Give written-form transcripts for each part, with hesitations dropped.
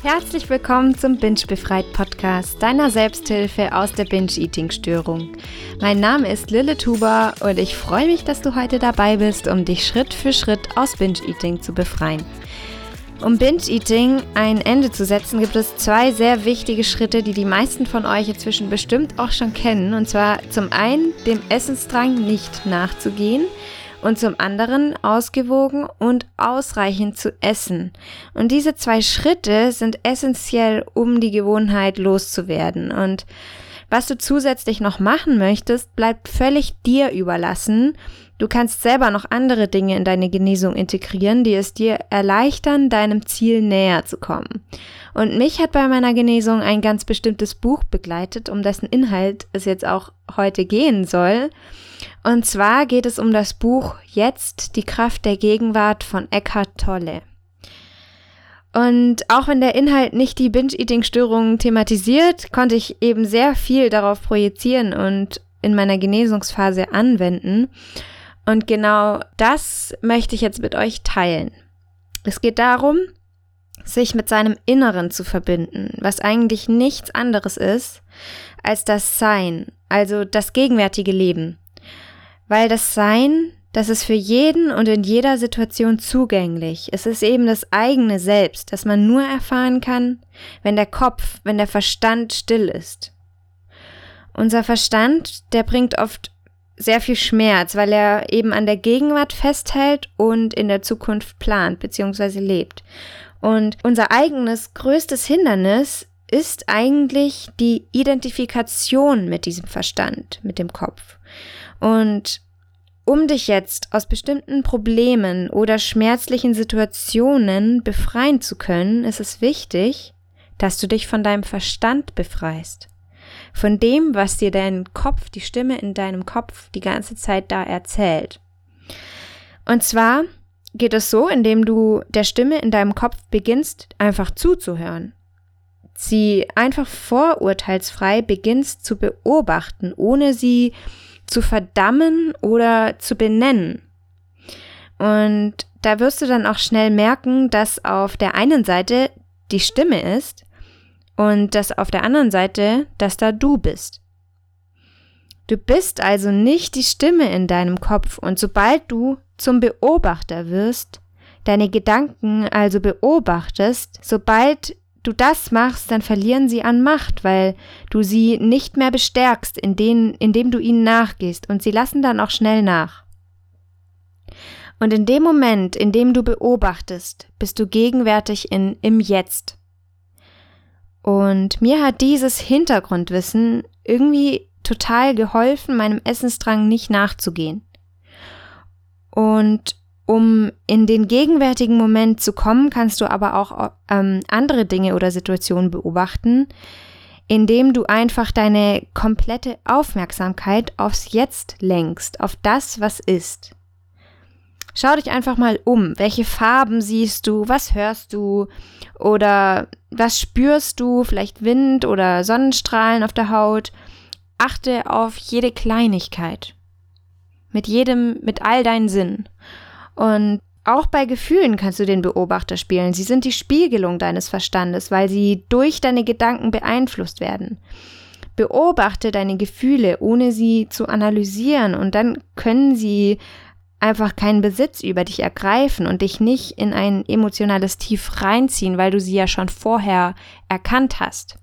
Herzlich willkommen zum Binge-Befreit-Podcast, deiner Selbsthilfe aus der Binge-Eating-Störung. Mein Name ist Lille Tuba und ich freue mich, dass du heute dabei bist, um dich Schritt für Schritt aus Binge-Eating zu befreien. Um Binge-Eating ein Ende zu setzen, gibt es 2 sehr wichtige Schritte, die die meisten von euch inzwischen bestimmt auch schon kennen. Und zwar zum einen, dem Essensdrang nicht nachzugehen und zum anderen, ausgewogen und ausreichend zu essen. Und diese 2 Schritte sind essentiell, um die Gewohnheit loszuwerden. Und was du zusätzlich noch machen möchtest, bleibt völlig dir überlassen. Du kannst selber noch andere Dinge in deine Genesung integrieren, die es dir erleichtern, deinem Ziel näher zu kommen. Und mich hat bei meiner Genesung ein ganz bestimmtes Buch begleitet, um dessen Inhalt es jetzt auch heute gehen soll. Und zwar geht es um das Buch Jetzt, die Kraft der Gegenwart von Eckhart Tolle. Und auch wenn der Inhalt nicht die Binge-Eating-Störungen thematisiert, konnte ich eben sehr viel darauf projizieren und in meiner Genesungsphase anwenden. Und genau das möchte ich jetzt mit euch teilen. Es geht darum, sich mit seinem Inneren zu verbinden, was eigentlich nichts anderes ist als das Sein, also das gegenwärtige Leben. Weil das Sein, das ist für jeden und in jeder Situation zugänglich. Es ist eben das eigene Selbst, das man nur erfahren kann, wenn der Kopf, wenn der Verstand still ist. Unser Verstand, der bringt oft sehr viel Schmerz, weil er eben an der Gegenwart festhält und in der Zukunft plant bzw. lebt. Und unser eigenes größtes Hindernis ist eigentlich die Identifikation mit diesem Verstand, mit dem Kopf. Und um dich jetzt aus bestimmten Problemen oder schmerzlichen Situationen befreien zu können, ist es wichtig, dass du dich von deinem Verstand befreist. Von dem, was dir dein Kopf, die Stimme in deinem Kopf die ganze Zeit da erzählt. Und zwar geht es so, indem du der Stimme in deinem Kopf beginnst, einfach zuzuhören. Sie einfach vorurteilsfrei beginnst zu beobachten, ohne sie zu verdammen oder zu benennen. Und da wirst du dann auch schnell merken, dass auf der einen Seite die Stimme ist und dass auf der anderen Seite, dass da du bist. Du bist also nicht die Stimme in deinem Kopf und sobald du zum Beobachter wirst, deine Gedanken also beobachtest, sobald du das machst, dann verlieren sie an Macht, weil du sie nicht mehr bestärkst, indem du ihnen nachgehst und sie lassen dann auch schnell nach. Und in dem Moment, in dem du beobachtest, bist du gegenwärtig im Jetzt. Und mir hat dieses Hintergrundwissen irgendwie total geholfen, meinem Essensdrang nicht nachzugehen. Und um in den gegenwärtigen Moment zu kommen, kannst du aber auch andere Dinge oder Situationen beobachten, indem du einfach deine komplette Aufmerksamkeit aufs Jetzt lenkst, auf das, was ist. Schau dich einfach mal um. Welche Farben siehst du? Was hörst du? Oder was spürst du? Vielleicht Wind oder Sonnenstrahlen auf der Haut. Achte auf jede Kleinigkeit. Mit all deinen Sinnen. Und auch bei Gefühlen kannst du den Beobachter spielen. Sie sind die Spiegelung deines Verstandes, weil sie durch deine Gedanken beeinflusst werden. Beobachte deine Gefühle, ohne sie zu analysieren, und dann können sie einfach keinen Besitz über dich ergreifen und dich nicht in ein emotionales Tief reinziehen, weil du sie ja schon vorher erkannt hast.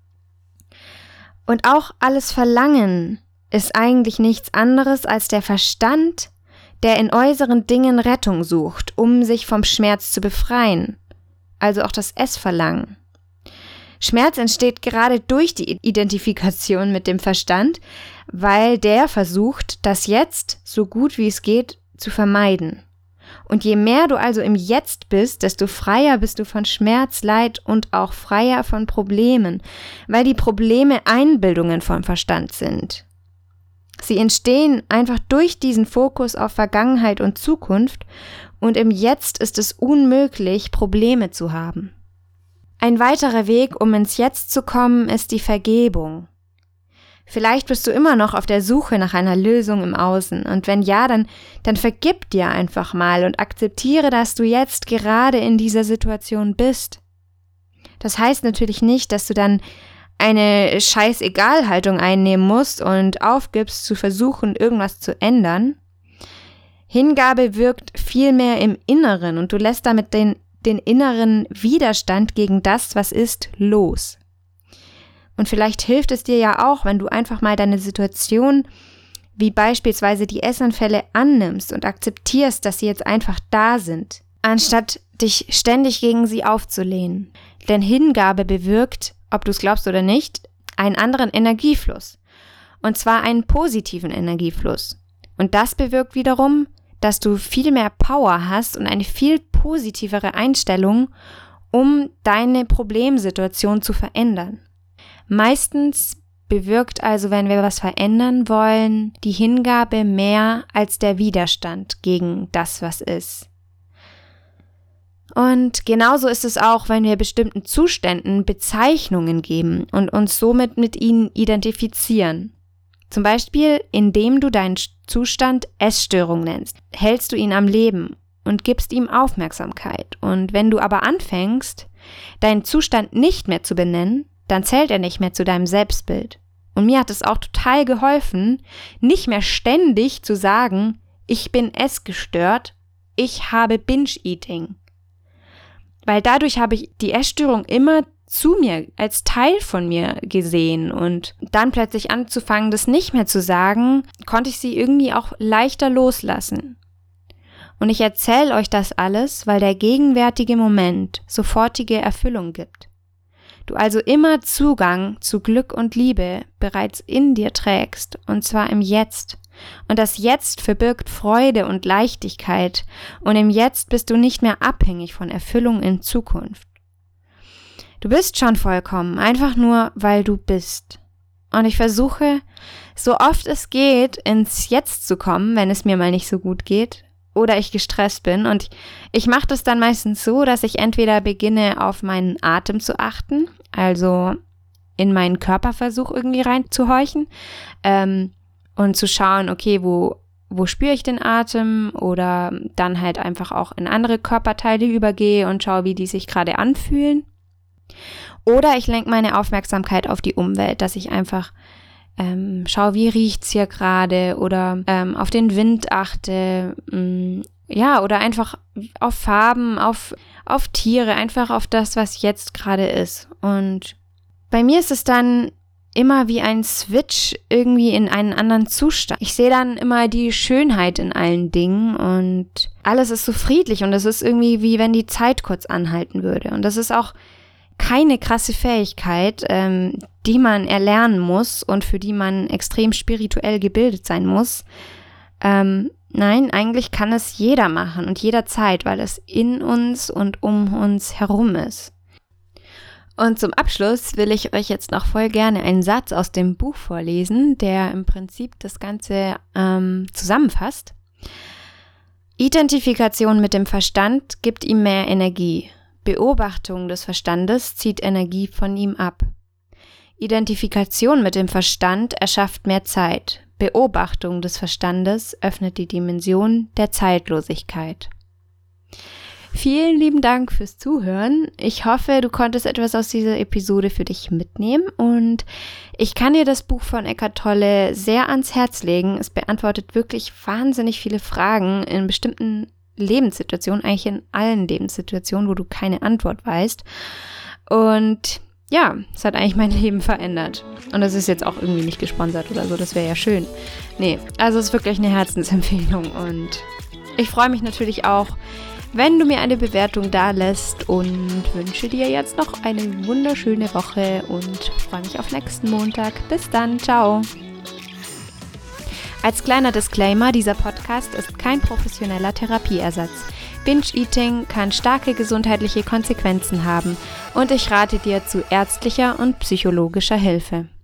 Und auch alles Verlangen ist eigentlich nichts anderes als der Verstand, der in äußeren Dingen Rettung sucht, um sich vom Schmerz zu befreien. Also auch das Essverlangen. Schmerz entsteht gerade durch die Identifikation mit dem Verstand, weil der versucht, das Jetzt so gut wie es geht zu vermeiden. Und je mehr du also im Jetzt bist, desto freier bist du von Schmerz, Leid und auch freier von Problemen, weil die Probleme Einbildungen vom Verstand sind. Sie entstehen einfach durch diesen Fokus auf Vergangenheit und Zukunft, und im Jetzt ist es unmöglich, Probleme zu haben. Ein weiterer Weg, um ins Jetzt zu kommen, ist die Vergebung. Vielleicht bist du immer noch auf der Suche nach einer Lösung im Außen, und wenn ja, dann vergib dir einfach mal und akzeptiere, dass du jetzt gerade in dieser Situation bist. Das heißt natürlich nicht, dass du dann eine Scheiß-Egal-Haltung einnehmen musst und aufgibst, zu versuchen, irgendwas zu ändern. Hingabe wirkt viel mehr im Inneren und du lässt damit den inneren Widerstand gegen das, was ist, los. Und vielleicht hilft es dir ja auch, wenn du einfach mal deine Situation, wie beispielsweise die Essanfälle, annimmst und akzeptierst, dass sie jetzt einfach da sind, anstatt dich ständig gegen sie aufzulehnen. Denn Hingabe bewirkt, ob du es glaubst oder nicht, einen anderen Energiefluss. Und zwar einen positiven Energiefluss. Und das bewirkt wiederum, dass du viel mehr Power hast und eine viel positivere Einstellung, um deine Problemsituation zu verändern. Meistens bewirkt also, wenn wir was verändern wollen, die Hingabe mehr als der Widerstand gegen das, was ist. Und genauso ist es auch, wenn wir bestimmten Zuständen Bezeichnungen geben und uns somit mit ihnen identifizieren. Zum Beispiel, indem du deinen Zustand Essstörung nennst, hältst du ihn am Leben und gibst ihm Aufmerksamkeit. Und wenn du aber anfängst, deinen Zustand nicht mehr zu benennen, dann zählt er nicht mehr zu deinem Selbstbild. Und mir hat es auch total geholfen, nicht mehr ständig zu sagen, ich bin essgestört, ich habe Binge-Eating. Weil dadurch habe ich die Essstörung immer zu mir, als Teil von mir gesehen und dann plötzlich anzufangen, das nicht mehr zu sagen, konnte ich sie irgendwie auch leichter loslassen. Und ich erzähle euch das alles, weil der gegenwärtige Moment sofortige Erfüllung gibt. Du also immer Zugang zu Glück und Liebe bereits in dir trägst, und zwar im Jetzt. Und das Jetzt verbirgt Freude und Leichtigkeit, und im Jetzt bist du nicht mehr abhängig von Erfüllung in Zukunft. Du bist schon vollkommen, einfach nur, weil du bist. Und ich versuche, so oft es geht, ins Jetzt zu kommen, wenn es mir mal nicht so gut geht oder ich gestresst bin. Und ich mache das dann meistens so, dass ich entweder beginne, auf meinen Atem zu achten, also in meinen Körperversuch irgendwie reinzuhorchen und zu schauen, okay, wo spüre ich den Atem, oder dann halt einfach auch in andere Körperteile übergehe und schaue, wie die sich gerade anfühlen. Oder ich lenke meine Aufmerksamkeit auf die Umwelt, dass ich einfach schaue, wie riecht's hier gerade, oder auf den Wind achte, oder einfach auf Farben, auf Tiere, einfach auf das, was jetzt gerade ist. Und bei mir ist es dann immer wie ein Switch irgendwie in einen anderen Zustand. Ich sehe dann immer die Schönheit in allen Dingen und alles ist so friedlich und es ist irgendwie wie wenn die Zeit kurz anhalten würde. Und das ist auch keine krasse Fähigkeit, die man erlernen muss und für die man extrem spirituell gebildet sein muss. Nein, eigentlich kann es jeder machen und jederzeit, weil es in uns und um uns herum ist. Und zum Abschluss will ich euch jetzt noch voll gerne einen Satz aus dem Buch vorlesen, der im Prinzip das Ganze zusammenfasst. Identifikation mit dem Verstand gibt ihm mehr Energie. Beobachtung des Verstandes zieht Energie von ihm ab. Identifikation mit dem Verstand erschafft mehr Zeit. Beobachtung des Verstandes öffnet die Dimension der Zeitlosigkeit. Vielen lieben Dank fürs Zuhören. Ich hoffe, du konntest etwas aus dieser Episode für dich mitnehmen und ich kann dir das Buch von Eckhart Tolle sehr ans Herz legen. Es beantwortet wirklich wahnsinnig viele Fragen in bestimmten Lebenssituationen, eigentlich in allen Lebenssituationen, wo du keine Antwort weißt. Und ja, es hat eigentlich mein Leben verändert. Und das ist jetzt auch irgendwie nicht gesponsert oder so, das wäre ja schön. Nee, also es ist wirklich eine Herzensempfehlung und ich freue mich natürlich auch, wenn du mir eine Bewertung da lässt und wünsche dir jetzt noch eine wunderschöne Woche und freue mich auf nächsten Montag. Bis dann, ciao! Als kleiner Disclaimer, dieser Podcast ist kein professioneller Therapieersatz. Binge-Eating kann starke gesundheitliche Konsequenzen haben und ich rate dir zu ärztlicher und psychologischer Hilfe.